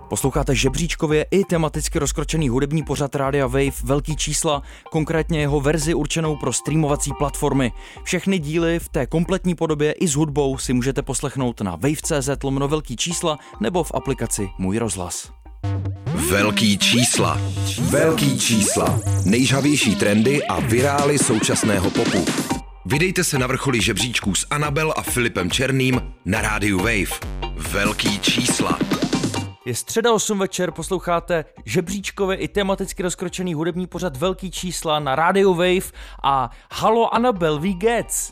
Posloucháte žebříčkově i tematicky rozkročený hudební pořad Rádia Wave Velký čísla, konkrétně jeho verzi určenou pro streamovací platformy. Všechny díly v té kompletní podobě i s hudbou si můžete poslechnout na wave.cz/velký čísla nebo v aplikaci Můj rozhlas. Velký čísla. Velký čísla. Nejžhavější trendy a virály současného popu. Vydejte se na vrcholy žebříčků s Anabel a Filipem Černým na rádiu Wave. Velký čísla. Je středa 8 večer, posloucháte žebříčkově i tematicky rozkročený hudební pořad Velký čísla na rádiu Wave a hallo Anabel, wie geht's?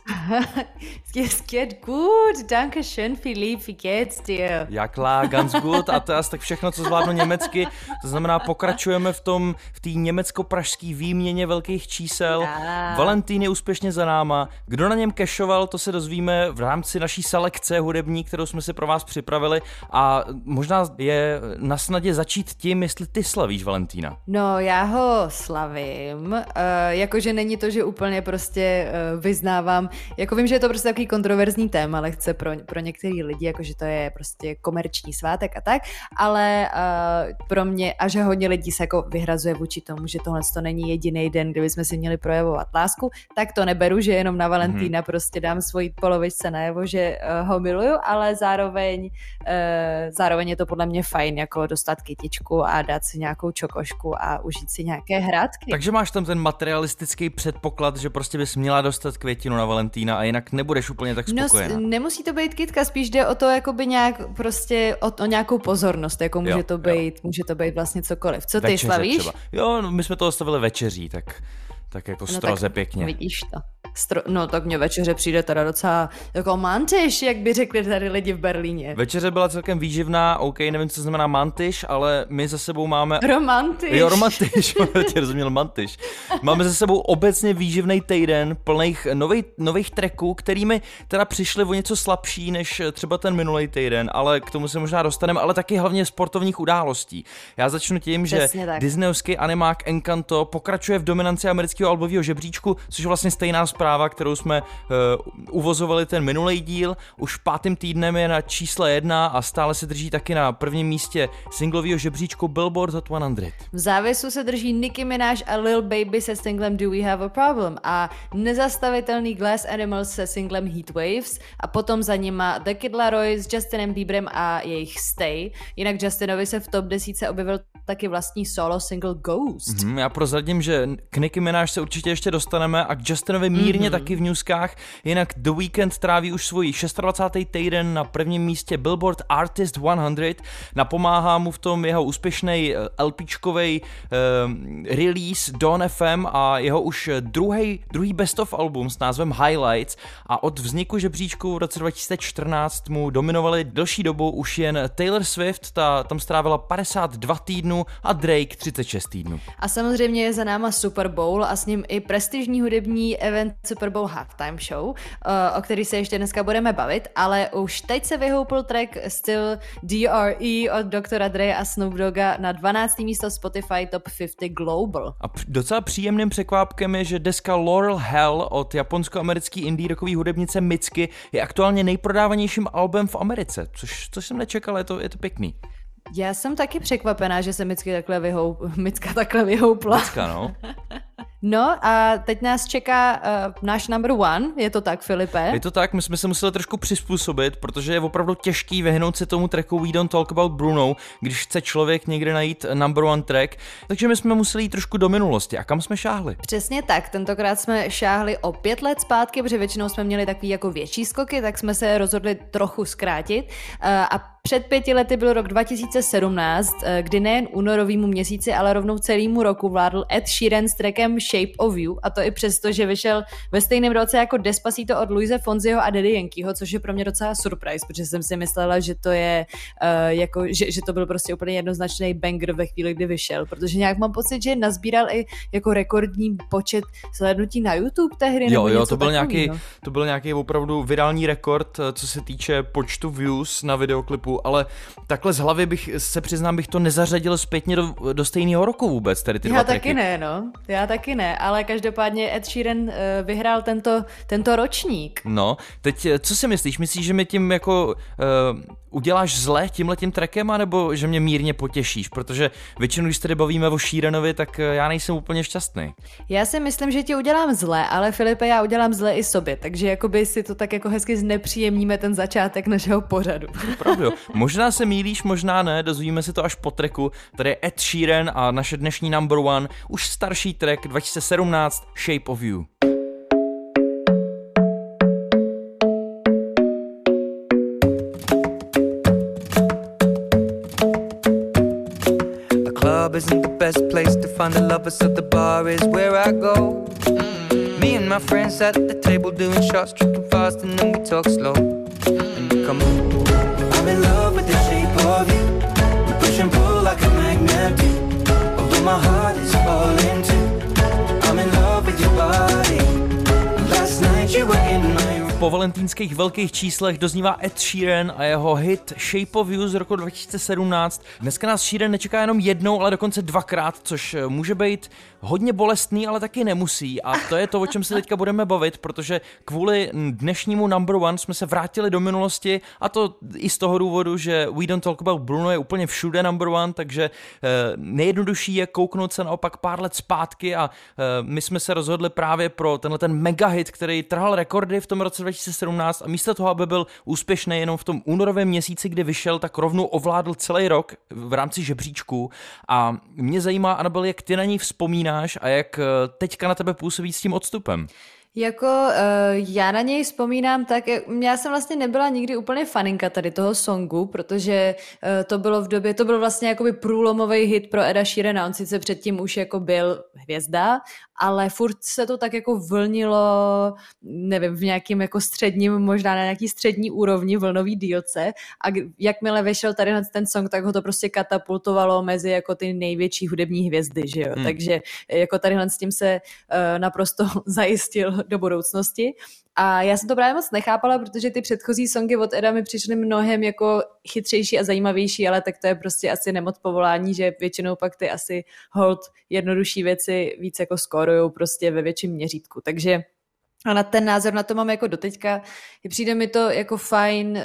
Es geht gut, danke schön Filip, wie geht's dir? Ja klar, ganz gut a to je asi tak všechno, co zvládnu německy, to znamená pokračujeme v té německo-pražské výměně velkých čísel. Ja. Valentín je úspěšně za náma, kdo na něm cashoval, to se dozvíme v rámci naší selekce hudební, kterou jsme si pro vás připravili a možná je na snadě začít tím, jestli ty slavíš Valentína. No, já ho slavím, jakože není to, že úplně prostě vyznávám, jako vím, že je to prostě takový kontroverzní téma, lehce pro některý lidi, jakože to je prostě komerční svátek a tak, ale pro mě, a že hodně lidí se jako vyhrazuje vůči tomu, že tohle to není jediný den, kdy bychom si měli projevovat lásku, tak to neberu, že jenom na Valentína prostě dám svojí polovičce najevo, že ho miluju, ale zároveň je to podle mě fajn, jako dostat kytičku a dát si nějakou čokošku a užít si nějaké hrátky. Takže máš tam ten materialistický předpoklad, že prostě bys měla dostat květinu na Valentína a jinak nebudeš úplně tak spokojená. No, nemusí to být kytka, spíš jde o to jakoby nějak prostě o nějakou pozornost, jako může to být vlastně cokoliv. Co ty večeře slavíš? Třeba. Jo, no, my jsme to ostavili večeří, tak jako stroze pěkně. Vidíš to. No tak mně večeře přijde teda docela jako mantiš, jak by řekli tady lidi v Berlíně. Večeře byla celkem výživná, OK, nevím, co znamená mantiš, ale my za sebou máme... Romantiš. Jo, romantiš, tě rozuměl mantiš. Máme za sebou obecně výživný týden plných nových tracků, kterými teda přišli o něco slabší než třeba ten minulý týden, ale k tomu se možná dostaneme, ale taky hlavně sportovních událostí. Já začnu tím, přesně že tak. disneyovský animák Encanto pokračuje v dominanci amerického albového žebříčku, což je vlastně stejná zpráva, kterou jsme uvozovali ten minulý díl. Už 5. týdnem je na čísle 1 a stále se drží taky na prvním místě singlového žebříčku Billboard Hot 100. V závěsu se drží Nicki Minaj a Lil Baby se singlem Do We Have a Problem a nezastavitelný Glass Animals se singlem Heat Waves a potom za nima The Kid Laroi s Justinem Bieberem a jejich Stay. Jinak Justinovi se v top 10 objevil taky vlastní solo single Ghost. Já prozradím, že k Nicki Minaj se určitě ještě dostaneme a k Justinovi mírně taky v newskách, jinak The Weeknd tráví už svůj 26. týden na prvním místě Billboard Artist 100, napomáhá mu v tom jeho úspěšný LPčkovej release Dawn FM a jeho už druhý best of album s názvem Highlights a od vzniku žebříčku v roce 2014 mu dominovali delší dobu už jen Taylor Swift, tam strávila 52 týdnů a Drake 36 týdnů. A samozřejmě je za náma Super Bowl a s ním i prestižní hudební event Super Bowl Halftime Show, o který se ještě dneska budeme bavit, ale už teď se vyhoupil track Still DRE od Dr. Dre a Snoop Dogga na 12. místo Spotify Top 50 Global. A docela příjemným překvápkem je, že deska Laurel Hell od japonsko-americké indie rockové hudebnice Mitski je aktuálně nejprodávanějším albem v Americe, což jsem nečekal, je to pěkný. Já jsem taky překvapená, že se Micka takhle vyhoupla. Micka, no. No a teď nás čeká náš number one, je to tak, Filipe? Je to tak, my jsme se museli trošku přizpůsobit, protože je opravdu těžký vyhnout se tomu tracku We Don't Talk About Bruno, když chce člověk někde najít number one track, takže my jsme museli jít trošku do minulosti. A kam jsme šáhli? Přesně tak, tentokrát jsme šáhli o 5 let zpátky, protože většinou jsme měli takový jako větší skoky, tak jsme se rozhodli trochu zkrátit a před 5 lety byl rok 2017, kdy nejen únorovýmu měsíci, ale rovnou celému roku vládl Ed Sheeran s trackem Shape of You, a to i přesto, že vyšel ve stejném roce jako Despacito od Luise Fonziho a Daddy Yankeeho, což je pro mě docela surprise, protože jsem si myslela, že to je že to byl prostě úplně jednoznačný banger ve chvíli, kdy vyšel, protože nějak mám pocit, že nazbíral i jako rekordní počet slednutí na YouTube tehdy. Jo, to byl nějaký opravdu virální rekord, co se týče počtu views na videoklipu. trochu, ale takhle z hlavy bych to nezařadil zpětně do stejného roku vůbec, tady ty dva tracky. Já taky ne, ale každopádně Ed Sheeran vyhrál tento ročník. No, teď co si myslíš? Myslíš, že mi tím jako uděláš zle tímhletím trackem, anebo že mě mírně potěšíš? Protože většinou, když se tady bavíme o Sheeranovi, tak já nejsem úplně šťastný. Já si myslím, že ti udělám zle, ale Filipe, já udělám zle i sobě, takže jakoby si to tak jako hezky znepříjemníme ten začátek našeho pořadu. Opravdu. Možná se mýlíš, možná ne, dozvíme si to až po tracku. Tady je Ed Sheeran a naše dnešní number one, už starší track 2017, Shape of You. Isn't the best place to find the lovers, so the bar is where I go. Me and my friends at the table doing shots, tripping fast, and then we talk slow. And you come on. I'm in love with the shape of you. We push and pull like a magnet do. Although my heart is falling too. I'm in love with your body. Last night you were in my room. Po valentínských velkých číslech doznívá Ed Sheeran a jeho hit Shape of You z roku 2017. Dneska nás Sheeran nečeká jenom jednou, ale dokonce dvakrát, což může být hodně bolestný, ale taky nemusí. A to je to, o čem se teďka budeme bavit, protože kvůli dnešnímu number one jsme se vrátili do minulosti, a to i z toho důvodu, že We Don't Talk About Bruno je úplně všude number one, takže nejjednodušší je kouknout se naopak pár let zpátky a my jsme se rozhodli právě pro tenhle ten mega hit, který trhal rekordy v tom roce 2017 a místo toho, aby byl úspěšný jenom v tom únorovém měsíci, kdy vyšel, tak rovnou ovládl celý rok v rámci žebříčku. A mě zajímá, Anabel, jak ty na ní vzpomínáš a jak teďka na tebe působí s tím odstupem. Já na něj vzpomínám tak, já jsem vlastně nebyla nikdy úplně faninka tady toho songu, protože to byl vlastně jakoby průlomový hit pro Eda Sheerana, on sice předtím už jako byl hvězda, ale furt se to tak jako vlnilo, nevím, v nějakým jako středním, možná na nějaký střední úrovni vlnový dílce, a jakmile vyšel tady ten song, tak ho to prostě katapultovalo mezi jako ty největší hudební hvězdy, že jo, takže jako tadyhle s tím se naprosto zajistil do budoucnosti. A já jsem to právě moc nechápala, protože ty předchozí songy od Eda mi přišly mnohem jako chytřejší a zajímavější, ale tak to je prostě asi nemoc povolání, že většinou pak ty asi hold jednodušší věci víc jako skórujou prostě ve větším měřítku. Takže a na ten názor na to mám jako doteďka. Přijde mi to jako fajn,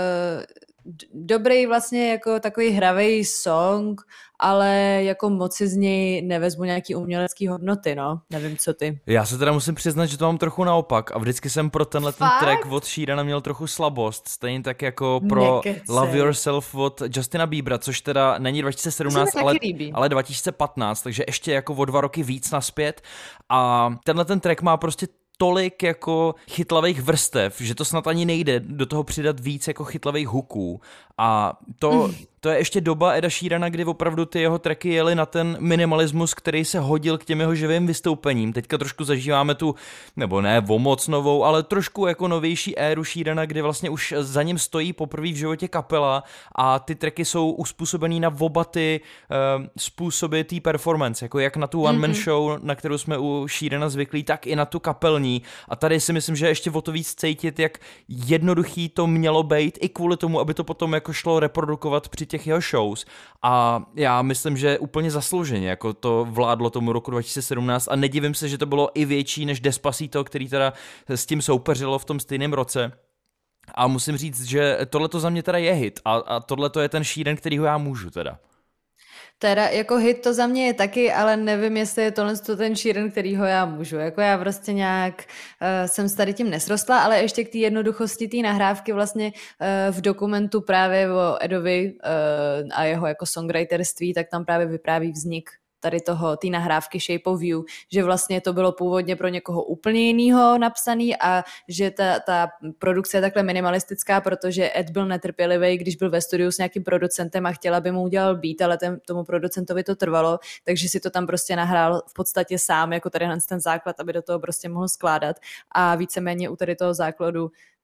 dobrý vlastně jako takový hravej song, ale jako moc si z něj nevezmu nějaký umělecký hodnoty, no. Nevím, co ty. Já se teda musím přiznat, že to mám trochu naopak a vždycky jsem pro tenhle ten track od Sheerana měl trochu slabost, stejně tak jako pro Love Yourself od Justina Biebera, což teda není 2017, ale 2015, takže ještě jako o 2 roky víc naspět, a tenhle ten track má prostě tolik jako chytlavých vrstev, že to snad ani nejde do toho přidat víc jako chytlavých hooků. A to je ještě doba Eda Sheerana, kdy opravdu ty jeho tracky jeli na ten minimalismus, který se hodil k těm jeho živým vystoupením. Teďka trošku zažíváme tu, nebo ne o moc novou, ale trošku jako novější éru Sheerana, kdy vlastně už za ním stojí poprvé v životě kapela a ty tracky jsou uspůsobený na oba ty způsoby té performance, jako jak na tu one-man show, na kterou jsme u Sheerana zvyklí, tak i na tu kapelní. A tady si myslím, že ještě o to víc cítit, jak jednoduchý to mělo být, i kvůli tomu, aby to potom jako šlo reprodukovat při těch jeho shows. A já myslím, že úplně zaslouženě jako to vládlo tomu roku 2017 a nedivím se, že to bylo i větší než Despacito, který teda s tím soupeřilo v tom stejném roce. A musím říct, že tohleto za mě teda je hit a tohleto je ten Sheeran, kterýho já můžu teda. Teda jako hit to za mě je taky, ale nevím, jestli je tohle ten Sheeran, kterýho já můžu. Jako já prostě nějak jsem s tady tím nesrostla, ale ještě k té jednoduchosti té nahrávky vlastně v dokumentu právě o Edovi a jeho jako songwriterství, tak tam právě vypráví vznik tady té nahrávky Shape of You, že vlastně to bylo původně pro někoho úplně jinýho napsaný a že ta produkce je takhle minimalistická, protože Ed byl netrpělivý, když byl ve studiu s nějakým producentem a chtěl, aby mu udělal beat, ale tomu producentovi to trvalo, takže si to tam prostě nahrál v podstatě sám, jako tady ten základ, aby do toho prostě mohl skládat a víceméně u tady toho základu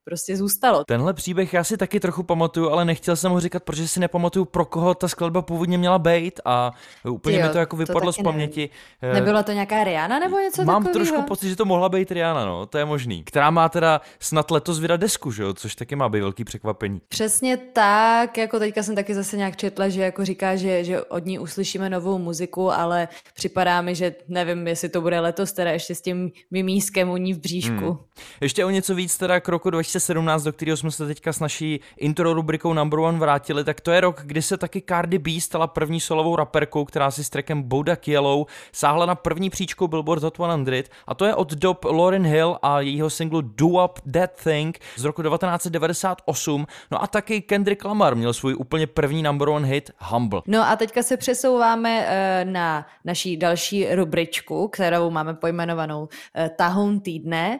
prostě zůstalo. Tenhle příběh já si taky trochu pamatuju, ale nechtěl jsem ho říkat, protože si nepamatuju, pro koho ta skladba původně měla být a úplně mi to jako vypadlo z paměti. Nebyla to nějaká Rihanna nebo něco takového? Mám trošku pocit, že to mohla být Rihanna, no, to je možný. Která má teda snad letos vydat desku, že jo, což taky má být velký překvapení. Přesně tak, jako teďka jsem taky zase nějak četla, že jako říká, že od ní uslyšíme novou muziku, ale připadá mi, že nevím, jestli to bude letos, teda ještě s tím mimískem u ní v bříšku. Ještě o něco víc teda k roku 2017, do kterého jsme se teďka s naší intro rubrikou Number One vrátili, tak to je rok, kdy se taky Cardi B stala první solovou raperkou, která si s trackem Bodak Yellow sáhla na první příčku Billboard Hot 100 a to je od dob Lauryn Hill a jejího singlu Do Up That Thing z roku 1998. No a taky Kendrick Lamar měl svůj úplně první number one hit Humble. No a teďka se přesouváme na naší další rubričku, kterou máme pojmenovanou Tahoun týdne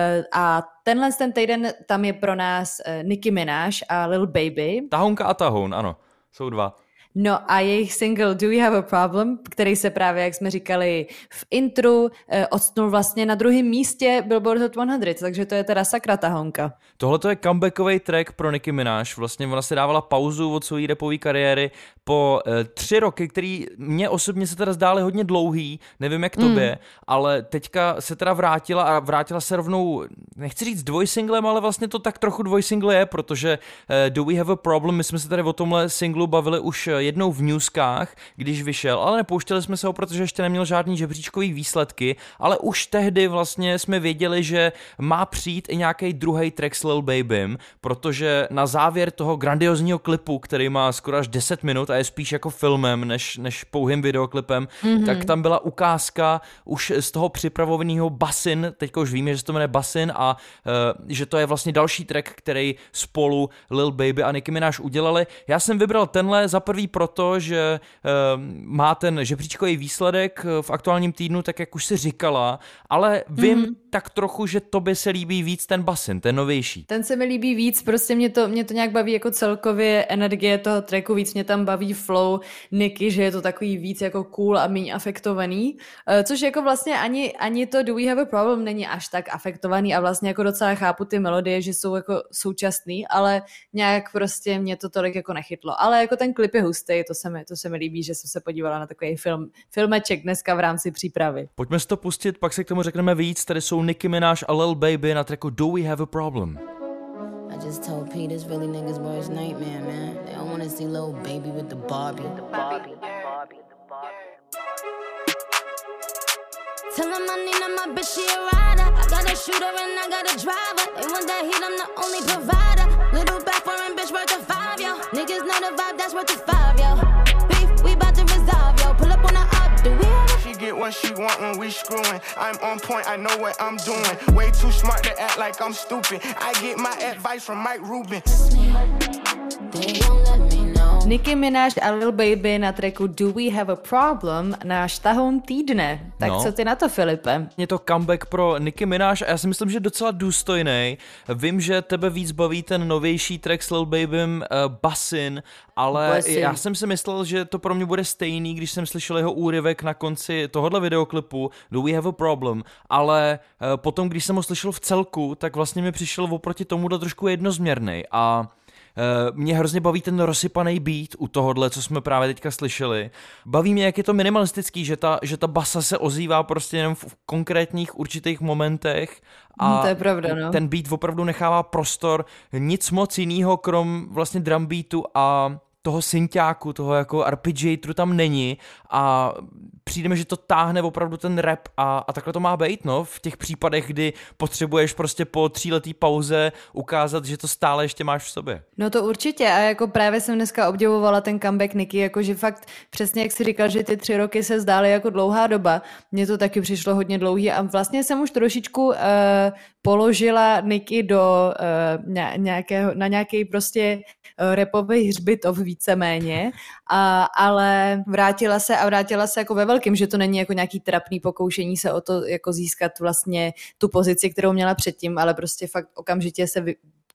a ten týden tam je pro nás Nicki Minaj a Lil Baby. Tahounka a tahoun, ano, jsou dva. No a jejich single Do You Have a Problem, který se právě, jak jsme říkali v intru, odstnul vlastně na druhém místě Billboard Hot 100, takže to je teda sakra tahonka. Tohle to je comebackový track pro Nicki Minaj, vlastně ona si dávala pauzu od své rapové kariéry po 3 roky, který mě osobně se teda zdály hodně dlouhý, nevím jak tobě, ale teďka se teda vrátila se rovnou, nechci říct dvojsinglem, ale vlastně to tak trochu dvojsingle je, protože Do We Have a Problem, my jsme se tady o tomhle singlu bavili už jednou v newskách, když vyšel, ale nepouštěli jsme se ho, protože ještě neměl žádný žebříčkový výsledky, ale už tehdy vlastně jsme věděli, že má přijít i nějaký druhý track s Lil Babym, protože na závěr toho grandiozního klipu, který má skoro až 10 minut a je spíš jako filmem, než pouhým videoklipem, tak tam byla ukázka už z toho připravovaného Basin, teďka už víme, že se to jmenuje Basin a že to je vlastně další track, který spolu Lil Baby a Nicki Minaj udělali. Já jsem vybral tenhle za prvý proto, že má ten žebříčkový výsledek v aktuálním týdnu, tak jak už si říkala, ale vím tak trochu, že tobě se líbí víc ten Basin, ten novější. Ten se mi líbí víc, prostě mě to nějak baví jako celkově energie toho tracku, víc mě tam baví flow Nicki, že je to takový víc jako cool a méně afektovaný, což jako vlastně ani to Do We Have a Problem není až tak afektovaný a vlastně jako docela chápu ty melodie, že jsou jako současný, ale nějak prostě mě to tolik jako nechytlo, ale jako ten klip je hustý, to se mi líbí, že jsem se podívala na takový filmeček dneska v rámci přípravy. Pojďme si to pustit, pak se k tomu řekneme víc, tady jsou Nicki Minaj a Lil Baby na tracku Do We Have a Problem. I just told Pete this really niggas worst nightmare, man. They don't wanna see Lil Baby with the Barbie. Tell him I need my bitch, she a rider. I got a shooter and I got a driver. They want that heat, I'm the only provider. Little back foreign bitch worth a 5, yo. Niggas know the vibe, that's worth a 5, yo. Beef, we bout to resolve, yo. Pull up on the up, do we have a... She get what she want when we screwing. I'm on point, I know what I'm doing. Way too smart to act like I'm stupid. I get my advice from Mike Rubin. They don't let me know. Nicki Minaj a Lil Baby na tracku Do We Have a Problem, náš tahoun týdne. Tak co ty na to, Filipe? Je to comeback pro Nicki Minaj a já si myslím, že docela důstojný. Vím, že tebe víc baví ten novější track s Lil Babym Basin, ale já jsem si myslel, že to pro mě bude stejný, když jsem slyšel jeho úryvek na konci tohohle videoklipu Do We Have a Problem, ale potom, když jsem ho slyšel v celku, tak vlastně mi přišel oproti tomuhle trošku jednozměrný a mě hrozně baví ten rozsypaný beat u tohohle, co jsme právě teďka slyšeli. Baví mě, jak je to minimalistický, že ta basa se ozývá prostě jenom v konkrétních určitých momentech a to je pravda, no. Ten beat opravdu nechává prostor, nic moc jinýho, krom vlastně drum beatu a toho synťáku, toho jako arpeggiatoru tam není a přijde mi, že to táhne opravdu ten rap a takhle to má být, no, v těch případech, kdy potřebuješ prostě po 3letý pauze ukázat, že to stále ještě máš v sobě. No to určitě a jako právě jsem dneska obdivovala ten comeback Nicki, jakože fakt přesně jak jsi říkal, že ty 3 roky se zdály jako dlouhá doba, mně to taky přišlo hodně dlouhý a vlastně jsem už trošičku položila Nicki do na nějaký prostě rapový hřbitov víceméně, ale vrátila se jako ve velkým, že to není jako nějaký trapný pokoušení se o to jako získat vlastně tu pozici, kterou měla předtím, ale prostě fakt okamžitě se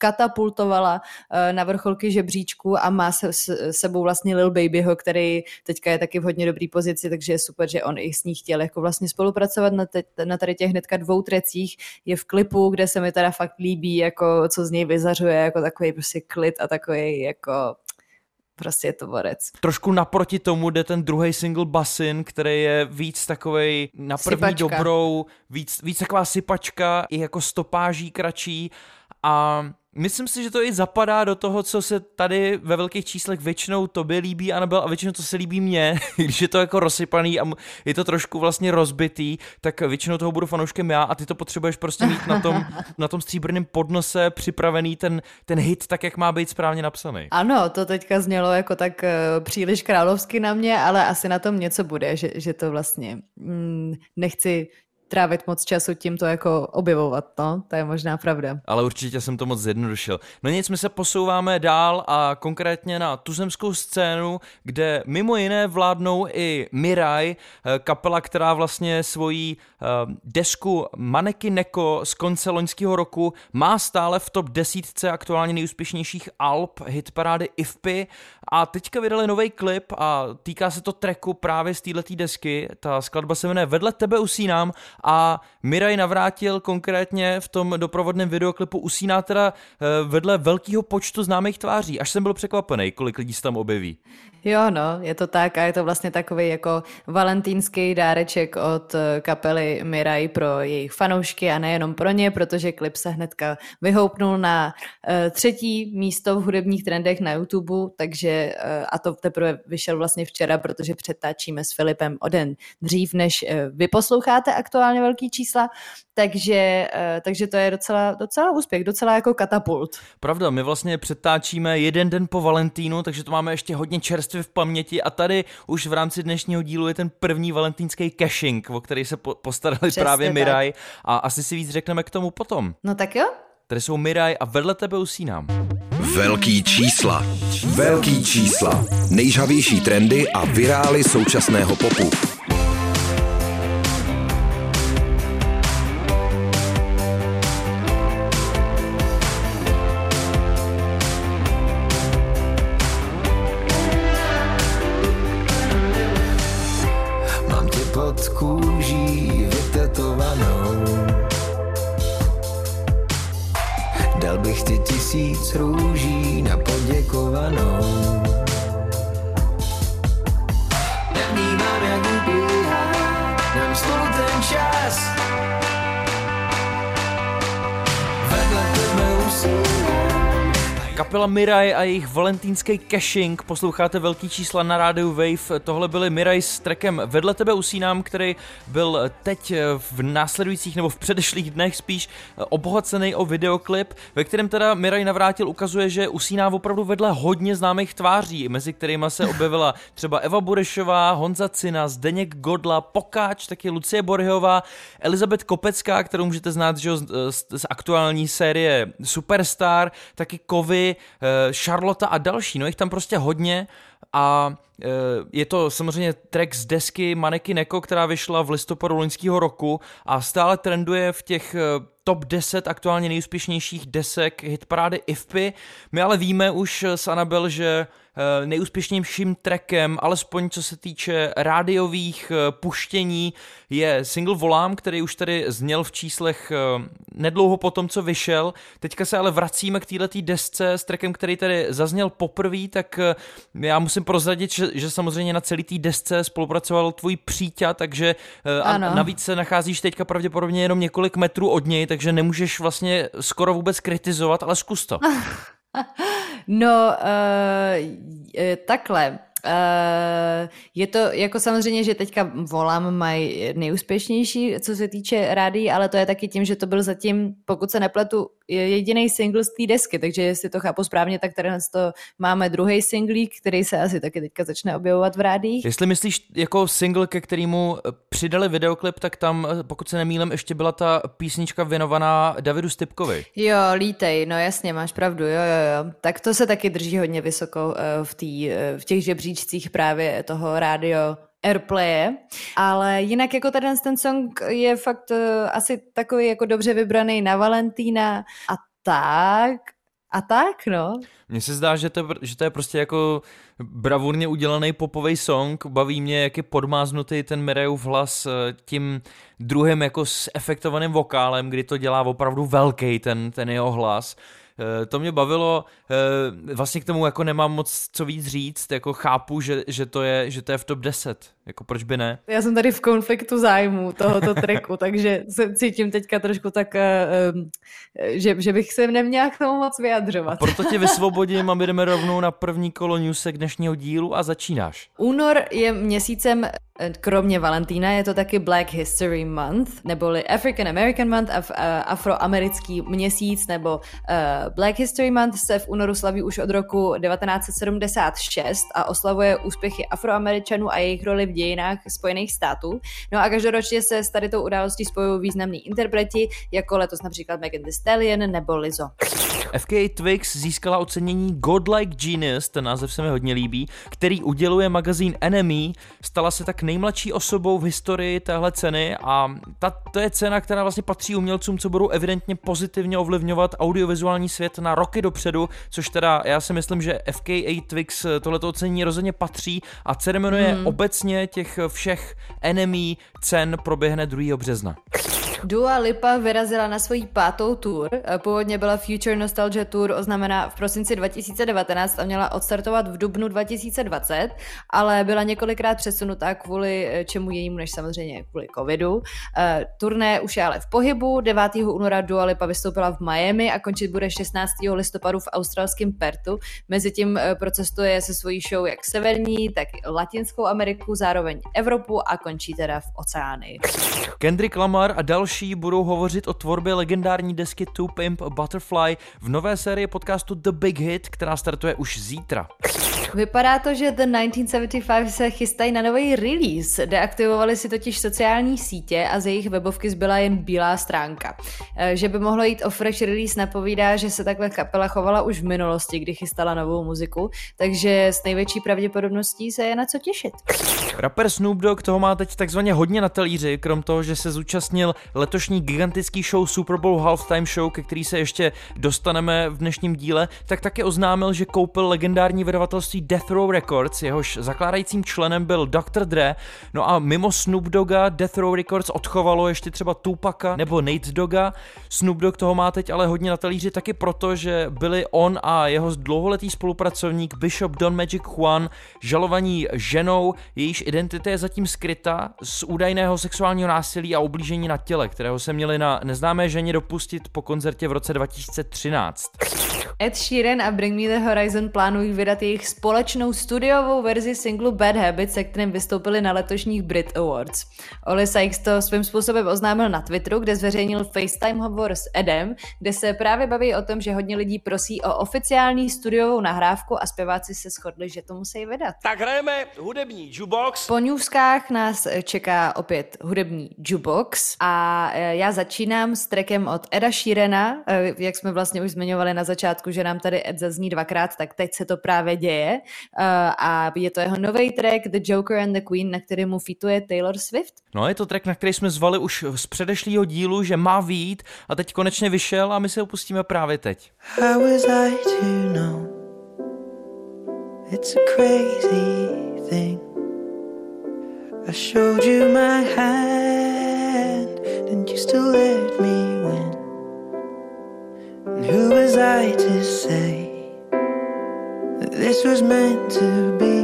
katapultovala na vrcholky žebříčku a má sebou vlastně Lil Babyho, který teďka je taky v hodně dobrý pozici, takže je super, že on i s ní chtěl jako vlastně spolupracovat na tady těch hnedka 2 trecích. Je v klipu, kde se mi teda fakt líbí, jako co z něj vyzařuje, jako takový prostě klid a takový jako prostě je to borec. Trošku naproti tomu jde ten druhý single Basin, který je víc takovej na první sypačka. dobrou, víc taková sypačka, i jako stopáží kratší a myslím si, že to i zapadá do toho, co se tady ve velkých číslech většinou tobě líbí, Anabel, a většinou co se líbí mně, když je to jako rozsypaný a je to trošku vlastně rozbitý, tak většinou toho budu fanouškem já a ty to potřebuješ prostě mít na tom stříbrném podnose připravený ten hit tak, jak má být správně napsaný. Ano, to teďka znělo jako tak příliš královsky na mě, ale asi na tom něco bude, že to vlastně nechci trávit moc času tím to jako objevovat, no, to je možná pravda. Ale určitě jsem to moc zjednodušil. No nic, my se posouváme dál a konkrétně na tuzemskou scénu, kde mimo jiné vládnou i Mirai, kapela, která vlastně svoji desku Maneki Neko z konce loňského roku má stále v top 10 aktuálně nejúspěšnějších alb hitparády IFPI a teďka vydali nový klip a týká se to tracku právě z této desky. Ta skladba se jmenuje Vedle tebe usínám a Mirai navrátil konkrétně v tom doprovodném videoklipu usíná teda vedle velkého počtu známých tváří. Až jsem byl překvapený, kolik lidí se tam objeví. Jo, no, je to tak a je to vlastně takový jako valentýnský dáreček od kapely Mirai pro jejich fanoušky a nejenom pro ně, protože klip se hnedka vyhoupnul na 3. místo v hudebních trendech na YouTube, takže a to teprve vyšel vlastně včera, protože přetáčíme s Filipem o den dřív, než vy posloucháte aktuálně velký čísla, takže to je docela úspěch, docela jako katapult. Pravda, my vlastně přetáčíme jeden den po Valentínu, takže to máme ještě hodně čerstvě v paměti a tady už v rámci dnešního dílu je ten první valentýnský caching, o který se postarali přesně právě Mirai a asi si víc řekneme k tomu potom. No tak jo. Tady jsou Mirai a Vedle tebe usínám. Velký čísla. Velký čísla. Nejžhavější trendy a virály současného popu. Mám tě pod kůží vytetovanou. Dal bych ti 1000 růží na poděkovanou. Nevnímám, jak ubíhá nám spolu ten čas. Vedle tebe usínám. Kapela Mirai a jejich valentýnský caching, posloucháte velký čísla na rádiu Wave, tohle byly Mirai s trackem Vedle tebe usínám, který byl teď v následujících nebo v předešlých dnech spíš obohacený o videoklip, ve kterém teda Mirai navrátil ukazuje, že usíná opravdu vedle hodně známých tváří, mezi kterými se objevila třeba Eva Burešová, Honza Cina, Zdeněk Godla, Pokáč, taky Lucie Borhyová, Elizabeth Kopecká, kterou můžete znát že z aktuální série Superstar, taky Kovy, Charlotte a další, no jich tam prostě hodně a je to samozřejmě track z desky Maneki Neko, která vyšla v listopadu loňského roku a stále trenduje v těch top 10 aktuálně nejúspěšnějších desek hitparády IFPI. My ale víme už s Anabel, že nejúspěšnějším trackem, alespoň co se týče rádiových puštění, je single Volám, který už tady zněl v číslech nedlouho po tom, co vyšel. Teďka se ale vracíme k této desce s trackem, který tady zazněl poprvé, tak já musím prozradit, že samozřejmě na celý té desce spolupracoval tvůj příťa, takže a navíc se nacházíš teďka pravděpodobně jenom několik metrů od něj, takže nemůžeš vlastně skoro vůbec kritizovat, ale zkus to. No, takhle. Je to jako samozřejmě, že teďka Volám mají nejúspěšnější, co se týče rádií, ale to je taky tím, že to byl zatím, pokud se nepletu, jediný single z té desky, takže jestli to chápu správně, tak tady to máme druhý singlík, který se asi taky teďka začne objevovat v rádiích. Jestli myslíš jako single, ke kterému přidali videoklip, tak tam, pokud se nemýlím, ještě byla ta písnička věnovaná Davidu Stypkovi. Jo, Lítej, no jasně, máš pravdu, jo. Tak to se taky drží hodně vysoko v těch žebříčcích právě toho rádio Airplaye, ale jinak jako ten song je fakt asi takový jako dobře vybraný na Valentína a tak, A tak, no. Mně se zdá, že to je prostě jako bravurně udělaný popový song. Baví mě, jak je podmáznutý ten Mirejův hlas tím druhým jako s efektovaným vokálem, kdy to dělá opravdu velký ten jeho hlas. To mě bavilo, vlastně k tomu jako nemám moc co víc říct, jako chápu, že to je v top 10, jako proč by ne? Já jsem tady v konfliktu zájmu tohoto tracku, takže se cítím teďka trošku tak, že bych se neměla k tomu moc vyjadřovat. A proto tě vysvobodím a jdeme rovnou na první kolo newsek dnešního dílu a začínáš. Únor je měsícem, kromě Valentína, je to taky Black History Month, neboli African American Month a afroamerický měsíc, nebo Black History Month se v únoru slaví už od roku 1976 a oslavuje úspěchy Afroameričanů a jejich roli v dějinách Spojených států. No a každoročně se s tady tou událostí spojují významní interpreti, jako letos například Megan Thee Stallion nebo Lizzo. FKA Twigs získala ocenění Godlike Genius, ten název se mi hodně líbí, který uděluje magazín NME, stala se tak nejmladší osobou v historii téhle ceny a to je cena, která vlastně patří umělcům, co budou evidentně pozitivně ovlivňovat audiovizuální svět na roky dopředu, což teda já si myslím, že FKA Twigs tohleto ocenění rozhodně patří a ceremonie obecně těch všech NME cen proběhne 2. března. Dua Lipa vyrazila na svoji 5. tour. Původně byla Future Nostalgia Tour oznámená v prosinci 2019 a měla odstartovat v dubnu 2020, ale byla několikrát přesunutá kvůli čemu jinému než samozřejmě kvůli covidu. Turné už je ale v pohybu. 9. února Dua Lipa vystoupila v Miami a končit bude 16. listopadu v australském Perthu. Mezitím procestuje se svojí show jak severní, tak Latinskou Ameriku, zároveň Evropu a končí teda v Oceánii. Kendrick Lamar a další budou hovořit o tvorbě legendární desky To Pimp a Butterfly v nové sérii podcastu The Big Hit, která startuje už zítra. Vypadá to, že The 1975 se chystají na nový release. Deaktivovali si totiž sociální sítě a z jejich webovky zbyla jen bílá stránka. Že by mohlo jít o fresh release napovídá, že se takhle kapela chovala už v minulosti, kdy chystala novou muziku, takže s největší pravděpodobností se je na co těšit. Rapper Snoop Dogg toho má teď takzvaně hodně na talíři, krom toho, že se zúčastnil letošní gigantický show Super Bowl Halftime Show, ke který se ještě dostaneme v dnešním díle, tak také oznámil, že koupil legendární vydavatelství Death Row Records, jehož zakládajícím členem byl Dr. Dre, no a mimo Snoop Dogga Death Row Records odchovalo ještě třeba Tupaca nebo Nate Dogga. Snoop Dogg toho má teď ale hodně na talíři taky proto, že byli on a jeho dlouholetý spolupracovník Bishop Don Magic Juan žalovaní ženou, jejíž identita je zatím skryta z údajného sexuálního násilí a ublížení na těle, kterého se měli na neznámé ženě dopustit po koncertě v roce 2013. Ed Sheeran a Bring Me The Horizon plánují vydat jejich společnou studiovou verzi singlu Bad Habits, se kterým vystoupili na letošních Brit Awards. Oli Sykes to svým způsobem oznámil na Twitteru, kde zveřejnil FaceTime hovor s Edem, kde se právě baví o tom, že hodně lidí prosí o oficiální studiovou nahrávku a zpěváci se shodli, že to musí vydat. Tak hrajeme hudební jukebox. Po newskách nás čeká opět hudební jukebox a já začínám s trackem od Eda Sheerana, jak jsme vlastně už zmiňovali na začátku, že nám tady Ed zazní dvakrát, tak teď se to právě děje a je to jeho nový track The Joker and the Queen, na který mu featuje Taylor Swift. No, je to track, na který jsme zvali už z předešlého dílu, že má vyjít a teď konečně vyšel a my se ho pustíme právě teď. How was I to know? It's a crazy thing. I showed you my hand and you still let me win. And who was I to say that this was meant to be?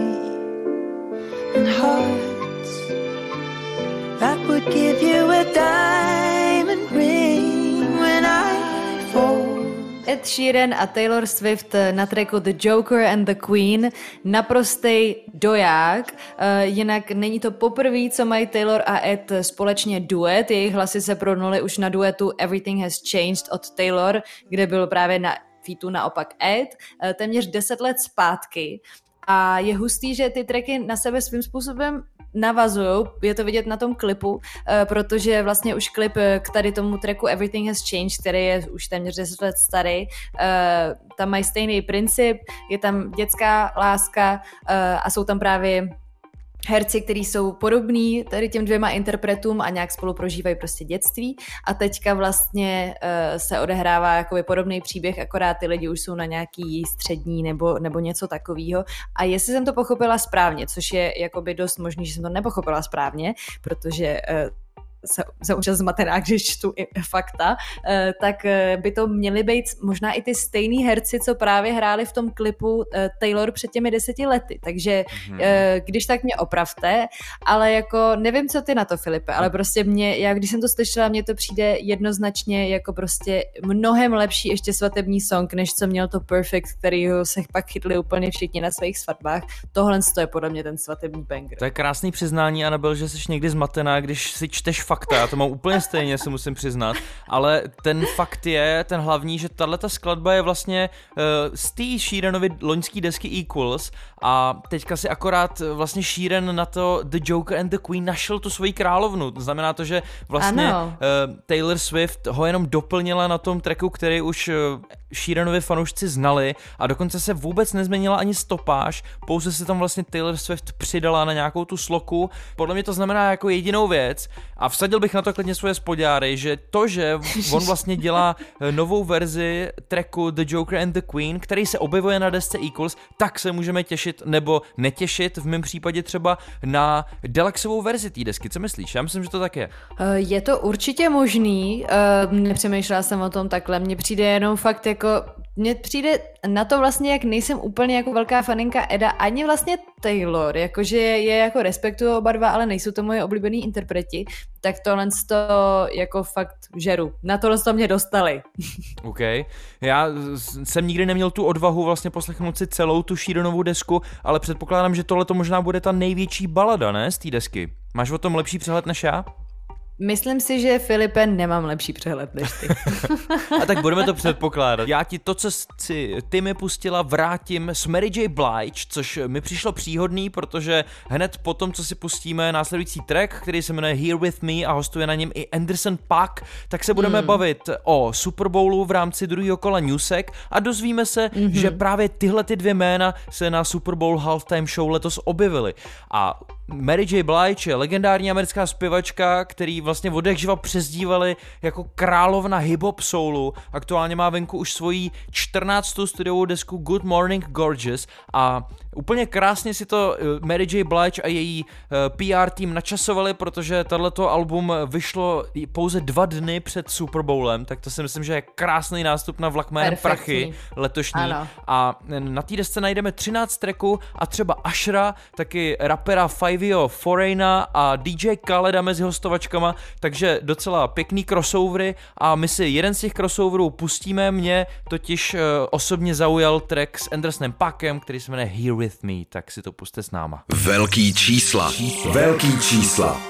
And hearts that would give you a diamond ring when I fall. Ed Sheeran a Taylor Swift na tracku The Joker and the Queen, naprostej doják, jinak není to poprvé, co mají Taylor a Ed společně duet, jejich hlasy se prodnuly už na duetu Everything Has Changed od Taylor, kde byl právě na featu naopak Ed, téměř 10 let zpátky. A je hustý, že ty tracky na sebe svým způsobem navazujou, je to vidět na tom klipu, protože vlastně už klip k tady tomu tracku Everything Has Changed, který je už téměř 10 let starý, tam mají stejný princip, je tam dětská láska a jsou tam právě herci, kteří jsou podobní tady těm dvěma interpretům a nějak spolu prožívají prostě dětství a teďka vlastně se odehrává jakoby podobný příběh, akorát ty lidi už jsou na nějaký střední nebo něco takového. A jestli jsem to pochopila správně, což je jakoby dost možný, že jsem to nepochopila správně, protože jsem už zmatená, když čtu fakta, tak by to měly být možná i ty stejný herci, co právě hráli v tom klipu Taylor před těmi 10 lety. Takže když tak mě opravte, ale jako nevím, co ty na to, Filipe, ale prostě já když jsem to slyšela, mně to přijde jednoznačně jako prostě mnohem lepší ještě svatební song, než co měl to Perfect, kterýho se pak chytli úplně všichni na svých svatbách. Tohle je podle mě ten svatební banger. To je krásný přiznání, Anabel, že jsi někdy zmatená, když si čteš fakta, já to mám úplně stejně, se musím přiznat, ale ten fakt je, ten hlavní, že tahleta skladba je vlastně z té Sheeranovy loňský desky Equals a teďka si akorát vlastně Sheeran na to The Joker and the Queen našel tu svoji královnu. To znamená to, že vlastně Taylor Swift ho jenom doplnila na tom tracku, který už Sheeranovi fanoušci znali a dokonce se vůbec nezměnila ani stopáž, pouze se tam vlastně Taylor Swift přidala na nějakou tu sloku. Podle mě to znamená jako jedinou věc a vsadil bych na to klidně svoje spodňáry, že to, že on vlastně dělá novou verzi tracku The Joker and the Queen, který se objevuje na desce Equals, tak se můžeme těšit nebo netěšit, v mém případě třeba na deluxovou verzi té desky. Co myslíš? Já myslím, že to tak je. Je to určitě možný, nepřemýšlela jsem o tom takhle, mně přijde jenom fakt jako, mně přijde na to vlastně, jak nejsem úplně jako velká faninka Eda, ani vlastně Taylor, jakože je jako respektuju oba dva, ale nejsou to moje oblíbený interpreti, tak tohle to jako fakt žeru. Na tohle to mě dostali. OK. Já jsem nikdy neměl tu odvahu vlastně poslechnout si celou tu Sheeranovou desku, ale předpokládám, že tohle to možná bude ta největší balada, ne, z té desky. Máš o tom lepší přehled než já? Myslím si, že Filipe, nemám lepší přehled než ty. A tak budeme to předpokládat. Já ti to, co si ty mi pustila, vrátím s Mary J. Blige, což mi přišlo příhodný, protože hned po tom, co si pustíme následující track, který se jmenuje Here With Me a hostuje na něm i Anderson .Paak, tak se budeme bavit o Super Bowlu v rámci druhého kola Newsek a dozvíme se, že právě tyhle ty dvě jména se na Super Bowl Halftime Show letos objevily. A Mary J. Blige je legendární americká zpěvačka, který vlastně od jak živa přezdívali jako královna hip-hop soulu. Aktuálně má venku už svoji 14. studiovou desku Good Morning Gorgeous a úplně krásně si to Mary J. Blige a její PR tým načasovali, protože tohleto album vyšlo pouze 2 dny před Super Bowlem, tak to si myslím, že je krásný nástup na vlak jménem Prachy letošní. Ano. A na té desce najdeme 13 tracků a třeba Ushera, taky rapera Fivio Foreigna a DJ Khaleda mezi hostovačkama, takže docela pěkný crossovery a my si jeden z těch crossoverů pustíme. Mě totiž osobně zaujal track s Andersonem .Paakem, který se jmenuje Here With Me, tak si to puste s náma. Velký čísla. Velký čísla.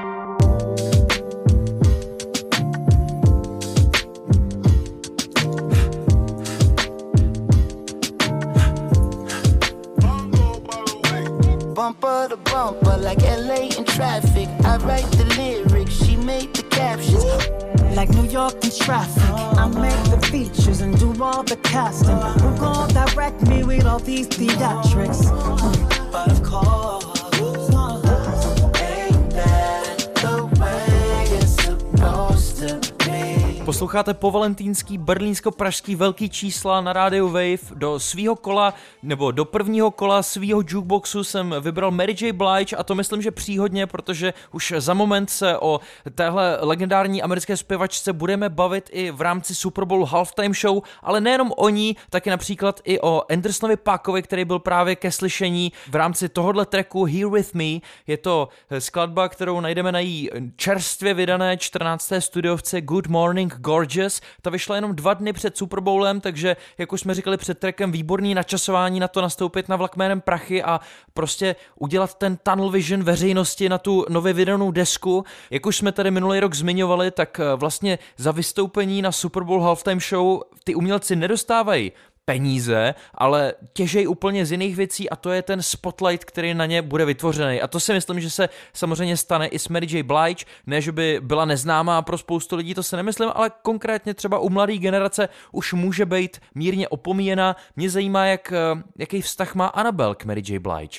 Bumper to bumper, like LA in traffic. I write the lyrics, she made the captions. Like New York in traffic, I make the features and do all the casting. Who gon' direct me with all these theatrics? But of course, ain't that the way it's supposed to be? Posloucháte povalentínský berlínsko-pražský velký čísla na rádiu Wave. Do svýho kola, nebo do prvního kola svýho jukeboxu jsem vybral Mary J. Blige a to myslím, že příhodně, protože už za moment se o téhle legendární americké zpěvačce budeme bavit i v rámci Super Bowl Halftime Show, ale nejenom o ní, taky například i o Andersonovi .Paakovi, který byl právě ke slyšení v rámci tohohle tracku Here With Me. Je to skladba, kterou najdeme na její čerstvě vydané 14. studiovce Good Morning Gorgeous. Ta vyšla jenom 2 dny před Super Bowlem, takže jak už jsme říkali před trackem, výborný načasování na to nastoupit na vlak jménem Prachy a prostě udělat ten tunnel vision veřejnosti na tu nově vydanou desku. Jak už jsme tady minulý rok zmiňovali, tak vlastně za vystoupení na Super Bowl Halftime Show ty umělci nedostávají peníze, ale těžej úplně z jiných věcí a to je ten spotlight, který na ně bude vytvořený. A to si myslím, že se samozřejmě stane i s Mary J. Blige, ne, že by byla neznámá pro spoustu lidí, to se nemyslím, ale konkrétně třeba u mladé generace už může být mírně opomíjená. Mě zajímá, jaký vztah má Annabelle k Mary J. Blige.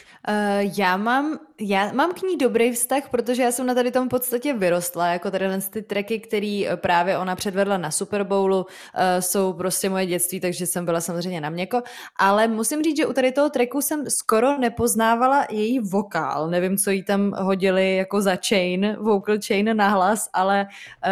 Já mám k ní dobrý vztah, protože já jsem na tady tom v podstatě vyrostla, jako tady ty tracky, který právě ona předvedla na Super Bowlu, jsou prostě moje dětství, takže jsem byla samozřejmě na měko, ale musím říct, že u tady toho tracku jsem skoro nepoznávala její vokál, nevím, co jí tam hodili jako za chain, vocal chain na hlas, ale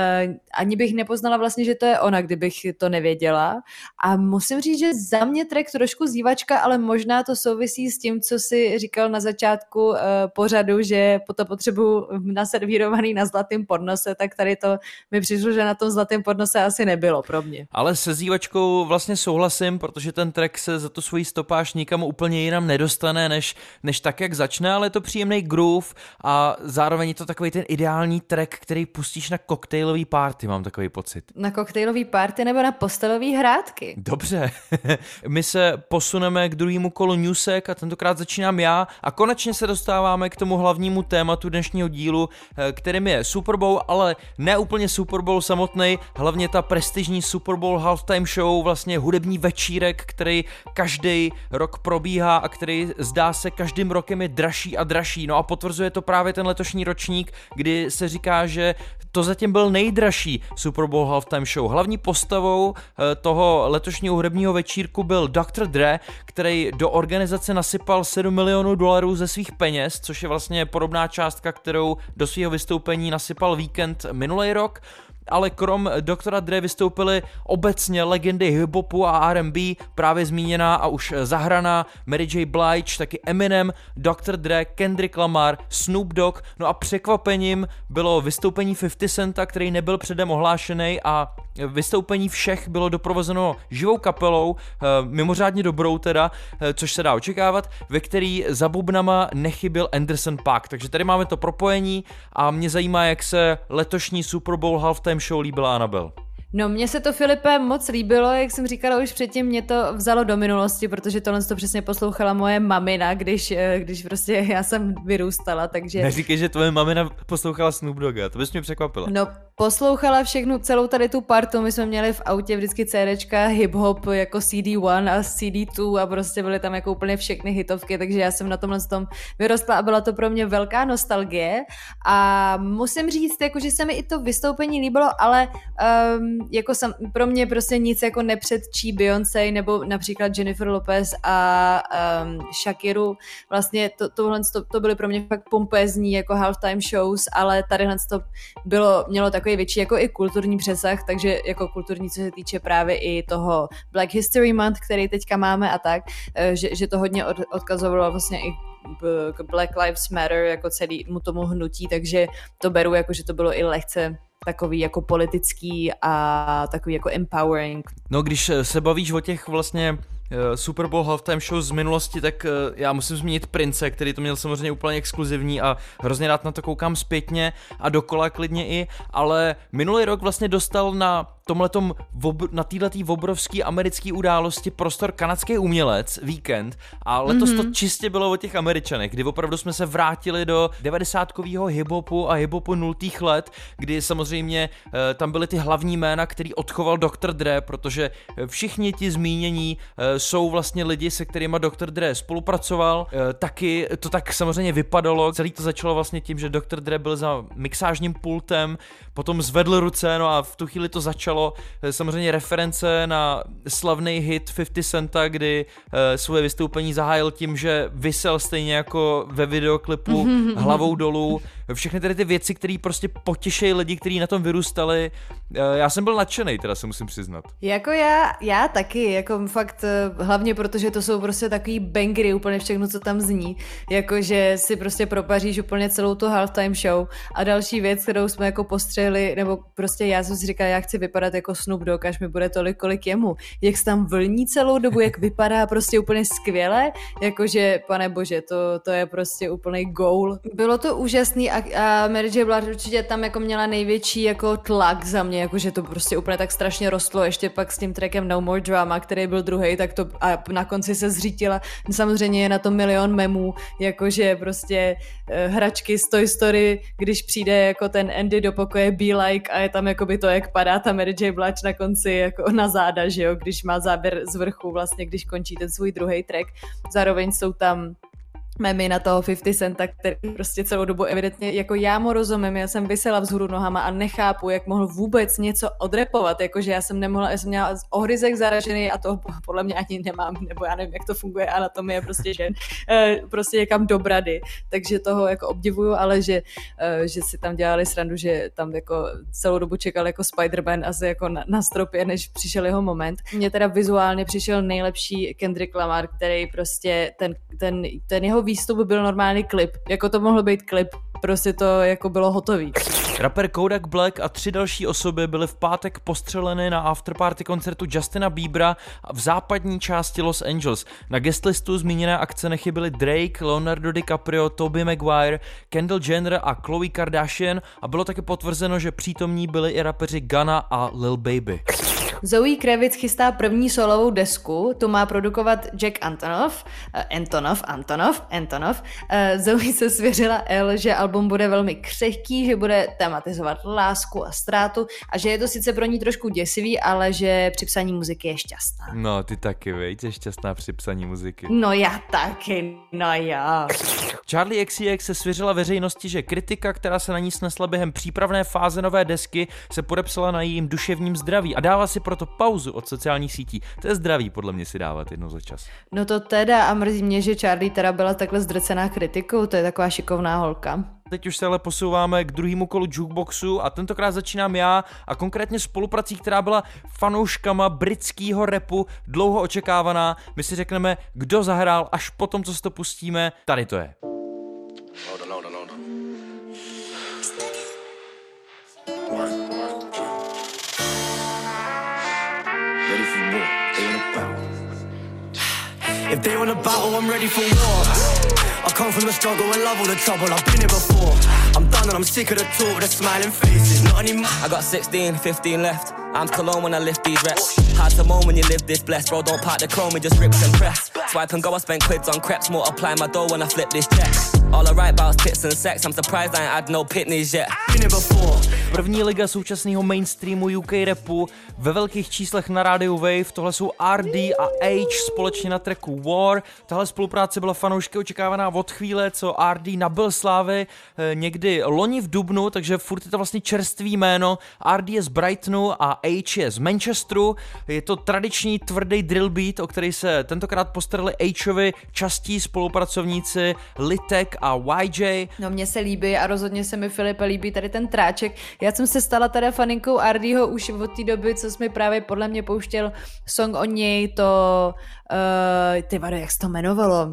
ani bych nepoznala vlastně, že to je ona, kdybych to nevěděla. A musím říct, že za mě track trošku zývačka, ale možná to souvisí s tím, co si říkal na začátku pořadu, že to potřebuji naservírovaný na zlatém podnose, tak tady to mi přišlo, že na tom zlatém podnose asi nebylo pro mě. Ale se zývačkou vlastně souhlasím, protože ten track se za tu svoji stopáž nikam úplně jinam nedostane, než tak, jak začne, ale je to příjemný groove a zároveň je to takový ten ideální track, který pustíš na koktejlový party, mám takový pocit. Na koktejlový party nebo na postelový hrátky? Dobře. My se posuneme k druhému kolu newsek a tentokrát začínám já a konečně se dostáváme k tomu hlavnímu tématu dnešního dílu, kterým je Super Bowl, ale ne úplně Super Bowl samotný, hlavně ta prestižní Super Bowl halftime show, vlastně hudební večírek, který každý rok probíhá a který zdá se každým rokem je dražší a dražší. No a potvrzuje to právě ten letošní ročník, kdy se říká, že to zatím byl nejdražší Super Bowl halftime show. Hlavní postavou toho letošního hudebního večírku byl Dr. Dre, který do organizace nasypal $7 milionů ze svých peněz, což je vlastně podobná částka, kterou do svého vystoupení nasypal Weekend minulý rok. Ale krom Dr. Dre vystoupily obecně legendy hip-hopu a R&B, právě zmíněná a už zahraná Mary J. Blige, taky Eminem, Dr. Dre, Kendrick Lamar, Snoop Dogg, no a překvapením bylo vystoupení 50 Centa, který nebyl předem ohlášený a vystoupení všech bylo doprovozeno živou kapelou, mimořádně dobrou teda, což se dá očekávat, ve který za bubnama nechyběl Anderson .Paak, takže tady máme to propojení a mě zajímá, jak se letošní Super Bowl halftime show líbila Annabelle. No mně se to, Filipe, moc líbilo, jak jsem říkala už předtím, mě to vzalo do minulosti, protože tohle to přesně poslouchala moje mamina, když prostě já jsem vyrůstala, takže... Neříkej, že tvoje mamina poslouchala Snoop Dogga, to bys mě překvapila. No, poslouchala všechnu, celou tady tu partu, my jsme měli v autě vždycky CDčka hip-hop jako CD1 a CD2 a prostě byly tam jako úplně všechny hitovky, takže já jsem na tomhle tom vyrostla a byla to pro mě velká nostalgie a musím říct, jako, že se mi i to vystoupení líbilo, ale jako pro mě prostě nic jako nepředčí Beyoncé nebo například Jennifer Lopez a Shakiru. Vlastně to byly pro mě fakt pompézní jako halftime shows, ale tady to mělo takový větší jako i kulturní přesah, takže jako kulturní, co se týče právě i toho Black History Month, který teďka máme a tak, že to hodně odkazovalo vlastně i k Black Lives Matter jako celému tomu hnutí, takže to beru jako, že to bylo i lehce takový jako politický a takový jako empowering. No když se bavíš o těch vlastně Super Bowl halftime show z minulosti, tak já musím zmínit Prince, který to měl samozřejmě úplně exkluzivní a hrozně rád na to koukám zpětně a dokola klidně i, ale minulý rok vlastně dostal na na této obrovský americký události prostor kanadský umělec Weekend a letos to čistě bylo o těch Američanech, kdy opravdu jsme se vrátili do 90kového hip-hopu a hip-hopu 0. let, kdy samozřejmě tam byly ty hlavní jména, který odchoval Dr. Dre, protože všichni ti zmínění jsou vlastně lidi, se kterýma Dr. Dre spolupracoval, taky to tak samozřejmě vypadalo, celý to začalo vlastně tím, že Dr. Dre byl za mixážním pultem, potom zvedl ruce, no a v tu chvíli to začalo samozřejmě reference na slavný hit 50 Centa, kdy svoje vystoupení zahájil tím, že visel stejně jako ve videoklipu hlavou dolů. Všechny tady ty věci, které prostě potěšejí lidi, kteří na tom vyrůstali. Já jsem byl nadšenej, teda se musím přiznat. Jako já taky, jako fakt hlavně protože to jsou prostě takový bangry, úplně všechno, co tam zní. Jakože si prostě propaříš úplně celou tu halftime show. A další věc, kterou jsme jako postřehli, nebo prostě já jsem si říkala, já chci vypadat jako Snoop Dogg, až mi bude tolik, kolik jemu. Jak se tam vlní celou dobu, jak vypadá prostě úplně skvěle, jakože, pane bože, to je prostě úplný goal. Bylo to úžasný a Mary J. Blige určitě tam jako měla největší jako tlak za mě, jakože to prostě úplně tak strašně rostlo, ještě pak s tím trackem No More Drama, který byl druhej, tak to a na konci se zřítila. Samozřejmě je na to milion memů, jakože prostě hračky z Toy Story, když přijde jako ten Andy do pokoje Be Like a je tam jakoby to, jak padá ta Mary J. Blige na konci jako na záda, že jo, když má záběr z vrchu vlastně, když končí ten svůj druhý track. Zároveň jsou tam memy na toho 50 Centa, který prostě celou dobu evidentně, jako já mu rozumím, já jsem visela vzhůru nohama a nechápu, jak mohl vůbec něco odrepovat, jakože já jsem měla ohryzek zaražený a to podle mě ani nemám, nebo já nevím, jak to funguje, anatomie prostě žen, prostě někam do brady, takže toho jako obdivuju, ale že si tam dělali srandu, že tam jako celou dobu čekal jako Spider-Man asi jako na stropě, než přišel jeho moment. Mně teda vizuálně přišel nejlepší Kendrick Lamar, který prostě ten jeho výstup byl normální klip. Jako to mohl být klip, prostě to jako bylo hotový. Rapper Kodak Black a 3 další osoby byly v pátek postřeleny na afterparty koncertu Justina Biebera v západní části Los Angeles. Na guestlistu zmíněné akce nechyběly Drake, Leonardo DiCaprio, Tobey Maguire, Kendall Jenner a Khloe Kardashian a bylo také potvrzeno, že přítomní byli i rapeři Gunna a Lil Baby. Zoe Kravitz chystá první solovou desku, tu má produkovat Jack Antonoff. Zoe se svěřila Elle, že album bude velmi křehký, že bude tematizovat lásku a ztrátu a že je to sice pro ní trošku děsivý, ale že při psaní muziky je šťastná. No, ty taky, veď, jsi šťastná při psaní muziky. No já taky, no já. Charli XCX se svěřila veřejnosti, že kritika, která se na ní snesla během přípravné fáze nové desky, se podepsala na jejím duševním zdraví a dává si proto pauzu od sociálních sítí. To je zdravý podle mě si dávat jednou za čas. No to teda a mrzí mě, že Charli teda byla takhle zdrcená kritikou, to je taková šikovná holka. Teď už se ale posouváme k druhému kolu Jukeboxu a tentokrát začínám já a konkrétně spoluprací, která byla fanouškama britského rapu dlouho očekávaná. My si řekneme, kdo zahrál až potom, co si to pustíme. Tady to je. If they want a battle, I'm ready for war. I come from the struggle and love all the trouble. I've been here before. I'm done and I'm sick of the talk with the smiling faces. Not anymore. I got 16, 15 left. I'm cologne when I lift these reps. Hard to moan when you live this blessed. Bro, don't pack the chrome, it just rips and press. Swipe and go, I spend quids on crepes. Multiply my dough when I flip this check. All I write about tits and sex. I'm surprised I ain't had no pitneys yet. Been here before. První liga současného mainstreamu UK rapu ve velkých číslech na rádiu Wave. Tohle jsou RD a H společně na tracku War. Tahle spolupráce byla fanoušky očekávaná od chvíle, co RD nabyl slávy někdy loni v dubnu, takže furt je to vlastně čerstvý jméno. RD je z Brightonu a H je z Manchesteru. Je to tradiční tvrdý drill beat, o který se tentokrát postarali Hovi častí spolupracovníci Litek a YJ. No mně se líbí a rozhodně se mi, Filipe, líbí tady ten tráček. Já jsem se stala teda faninkou RDho už od té doby, co jsi mi právě podle mě pouštěl song o něj, to ty vado, jak se to jmenovalo?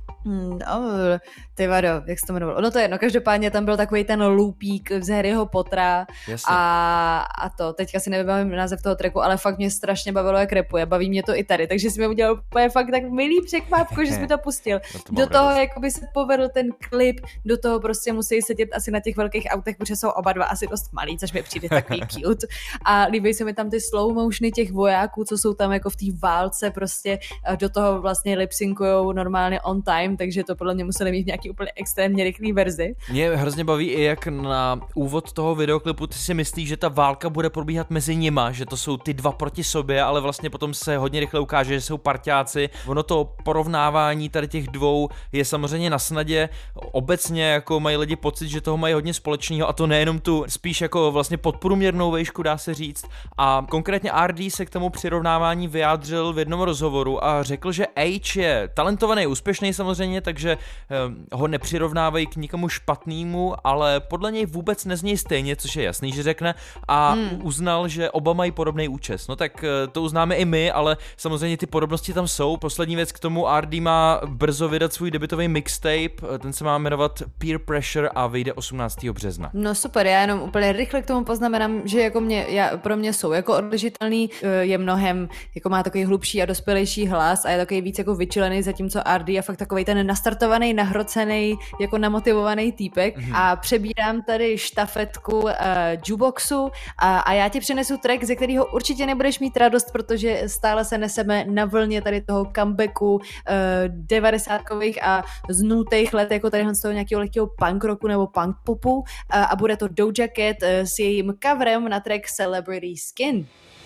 Ty vado, jak se to jmenovalo? No to je jedno, každopádně tam byl takový ten loopík z Harryho Pottera a to, teďka si nevybavím název toho tracku, ale fakt mě strašně bavilo, jak rapuje, baví mě to i tady, takže jsi mi udělal úplně fakt tak milý překvapko, že jsi mi to pustil. Do toho jakoby se povedl ten klip, do toho prostě musí sedět asi na těch velkých autech, protože jsou oba dva asi dost malí, což mi přijde takový cute a líbí se mi tam ty slow motiony těch vojáků, co jsou tam jako v té válce, prostě do toho vlastně lipsynkujou normálně on time, takže to podle mě museli mít nějaký úplně extrémně rychlý verzi. Mě hrozně baví i jak na úvod toho videoklipu ty si myslíš, že ta válka bude probíhat mezi nima, že to jsou ty dva proti sobě, ale vlastně potom se hodně rychle ukáže, že jsou parťáci. Ono to porovnávání tady těch dvou je samozřejmě na snadě. Obecně jako mají lidi pocit, že toho mají hodně společného a to nejenom tu spíš jako vlastně podprůměrnou vejšku, dá se říct. A konkrétně RD se k tomu přirovnávání vyjádřil v jednom rozhovoru a řekl, že H je talentovaný, úspěšný samozřejmě, takže ho nepřirovnávají k nikomu špatnému, ale podle něj vůbec nezní stejně, což je jasný, že řekne, a uznal, že oba mají podobný účes. No tak to uznáme i my, ale samozřejmě ty podobnosti tam jsou. Poslední věc k tomu, RD má brzo vydat svůj debutový mixtape, ten se má jmenovat Peer Pressure a vyjde 18. března. No super, já jenom úplně rychle k tomu poznamenám, že jako pro mě jsou jako odlišitelný, je mnohem, jako má takový hlubší a dospělejší hlas a je takový víc jako vyčilený, zatímco RD a fakt takovej ten nastartovaný, nahrocený, jako namotivovaný týpek a přebírám tady štafetku Juboxu a já ti přinesu track, ze kterého určitě nebudeš mít radost, protože stále se neseme na vlně tady toho comebacku 90kových a z 0. let, jako tady z toho nějakého lehkého punk rocku nebo punk popu a bude to Doja Cat s jejím coverem na track Celebrity Skin.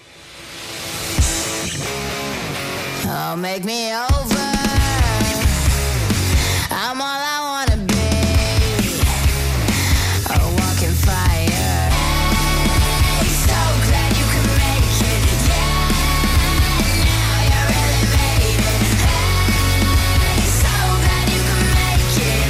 Oh, make me over. I'm all I wanna be. A walking fire. Hey, so glad you could make it. Yeah, now you're elevated. Hey, so glad you could make it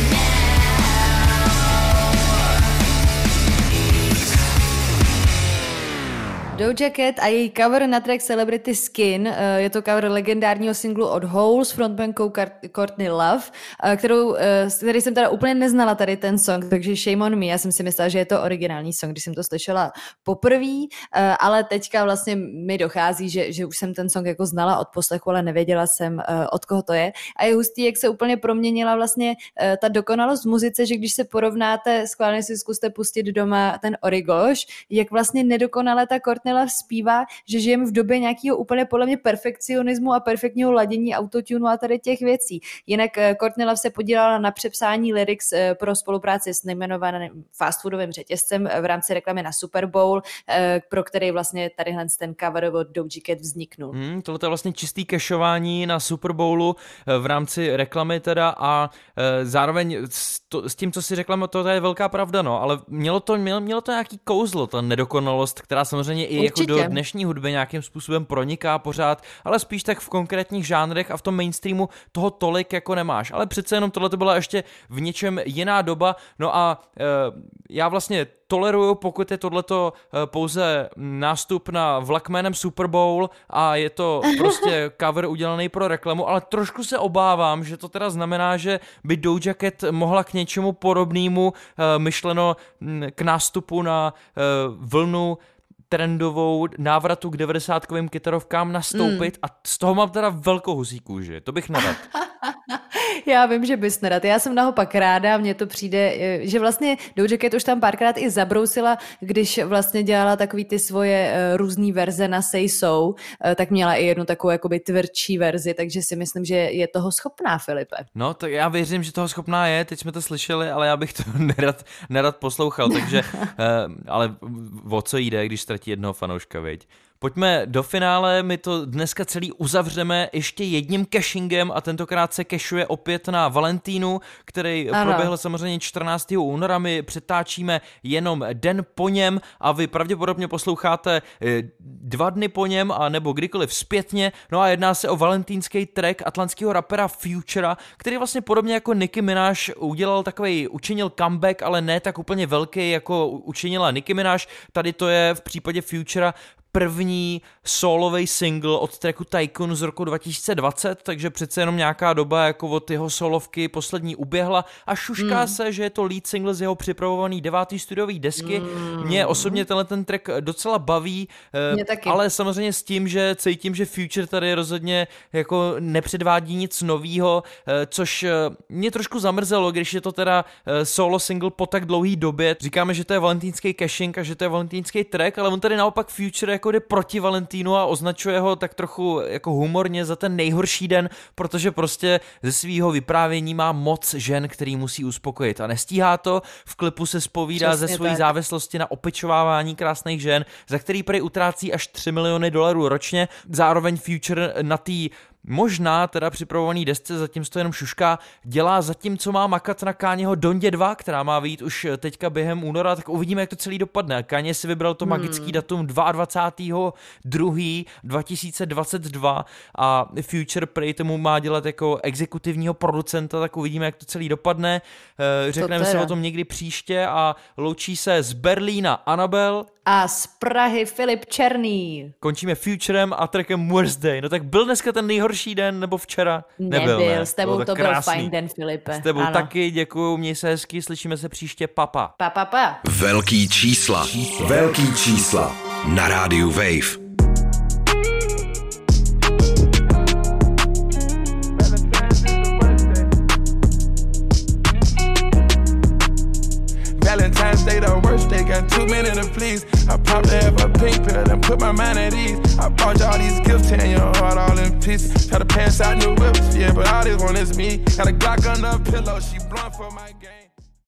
now. Doja Cat a její cover na track Celebrity Skin, je to cover legendárního singlu od Hole s frontmankou Courtney Love, který jsem teda úplně neznala tady ten song, takže shame on me, já jsem si myslela, že je to originální song, když jsem to slyšela poprvé, ale teďka vlastně mi dochází, že už jsem ten song jako znala od poslechu, ale nevěděla jsem, od koho to je. A je hustý, jak se úplně proměnila vlastně ta dokonalost v muzice, že když se porovnáte, schválně si zkuste pustit doma ten Origoš, jak vlastně nedokonale ta Courtney Love zpívá, že žijeme v době nějakého úplně podle mě perfekcionismu a perfektního ladění autotunu a tady těch věcí. Jinak Courtney Love se podílela na přepsání lyrics pro spolupráci s nejmenovaným fast foodovým řetězcem v rámci reklamy na Super Bowl, pro který vlastně tadyhle ten cover od Doja Cat vzniknul. Tohle je vlastně čistý cashování na Super Bowlu v rámci reklamy teda a zároveň s tím, co si řekla, to je velká pravda, no, ale mělo to nějaký kouzlo, ta nedokonalost, která samozřejmě i jako do dnešní hudby nějakým způsobem proniká pořád, ale spíš tak v konkrétních žánrech a v tom mainstreamu toho tolik jako nemáš. Ale přece jenom tohle byla ještě v něčem jiná doba, no a já vlastně toleruju, pokud je tohleto pouze nástup na vlak jménem Super Bowl a je to prostě cover udělaný pro reklamu, ale trošku se obávám, že to teda znamená, že by Doja Cat mohla k něčemu podobnému myšleno k nástupu na vlnu trendovou návratu k 90kovým kytarovkám nastoupit a z toho mám teda velkou husí kůži, to bych nerad. Já vím, že bys nerad. Já jsem naopak ráda, mně to přijde, že vlastně Doja Cat už tam párkrát i zabrousila, když vlastně dělala takový ty svoje různý verze na Say So, tak měla i jednu takovou jakoby tvrdší verzi, takže si myslím, že je toho schopná, Filipe. No, tak já věřím, že toho schopná je, teď jsme to slyšeli, ale já bych to nerad poslouchal, takže, ale o co jde, když ztratí jednoho fanouška, viď? Pojďme do finále, my to dneska celý uzavřeme ještě jedním cashingem a tentokrát se cashuje opět na Valentínu, který proběhl samozřejmě 14. února, my přetáčíme jenom den po něm a vy pravděpodobně posloucháte 2 dny po něm a nebo kdykoliv zpětně, no a jedná se o valentínský track atlantského rapera Futura, který vlastně podobně jako Nicki Minaj učinil comeback, ale ne tak úplně velký, jako učinila Nicki Minaj, tady to je v případě Futura první solový single od tracku Tycoon z roku 2020, takže přece jenom nějaká doba jako od jeho solovky poslední uběhla a šušká se, že je to lead single z jeho připravovaný 9. studiový desky. Mě osobně ten track docela baví, ale samozřejmě s tím, že cítím, že Future tady rozhodně jako nepředvádí nic novýho, což mě trošku zamrzelo, když je to teda solo single po tak dlouhý době. Říkáme, že to je valentínský cashing a že to je valentínský track, ale on tady naopak Future jako jde proti Valentínu a označuje ho tak trochu jako humorně za ten nejhorší den, protože prostě ze svýho vyprávění má moc žen, který musí uspokojit a nestíhá to. V klipu se zpovídá přesně ze svojí závislosti na opečovávání krásných žen, za který prý utrácí až $3 miliony ročně. Zároveň Future na té možná teda připravovaný desce, zatím to jenom šušká, dělá zatím, co má makat na Kanyeho Dondě 2, která má vyjít už teďka během února, tak uvidíme, jak to celý dopadne. Kanye si vybral to magický datum 22.2.2022 a Future prý tomu má dělat jako exekutivního producenta, tak uvidíme, jak to celý dopadne. Řekneme si o tom někdy příště a loučí se z Berlína Anabel a z Prahy Filip Černý. Končíme Futurem a trackem Worst Day. No tak byl dneska ten nejhorší den, nebo včera? Nebyl, ne? S tebou to byl fajn den, Filipe. S tebou taky, děkuju, měj se hezky, slyšíme se příště, papa. Pa. Velký čísla. Velký čísla. Na rádiu Wave. cheese. I popped to have a pink pill and put my mind at ease. I bought you all these gifts, tearing your heart all in pieces. Got a pants out, new whips, yeah, but all this one is me. Got a Glock under a pillow, she blunt for my game.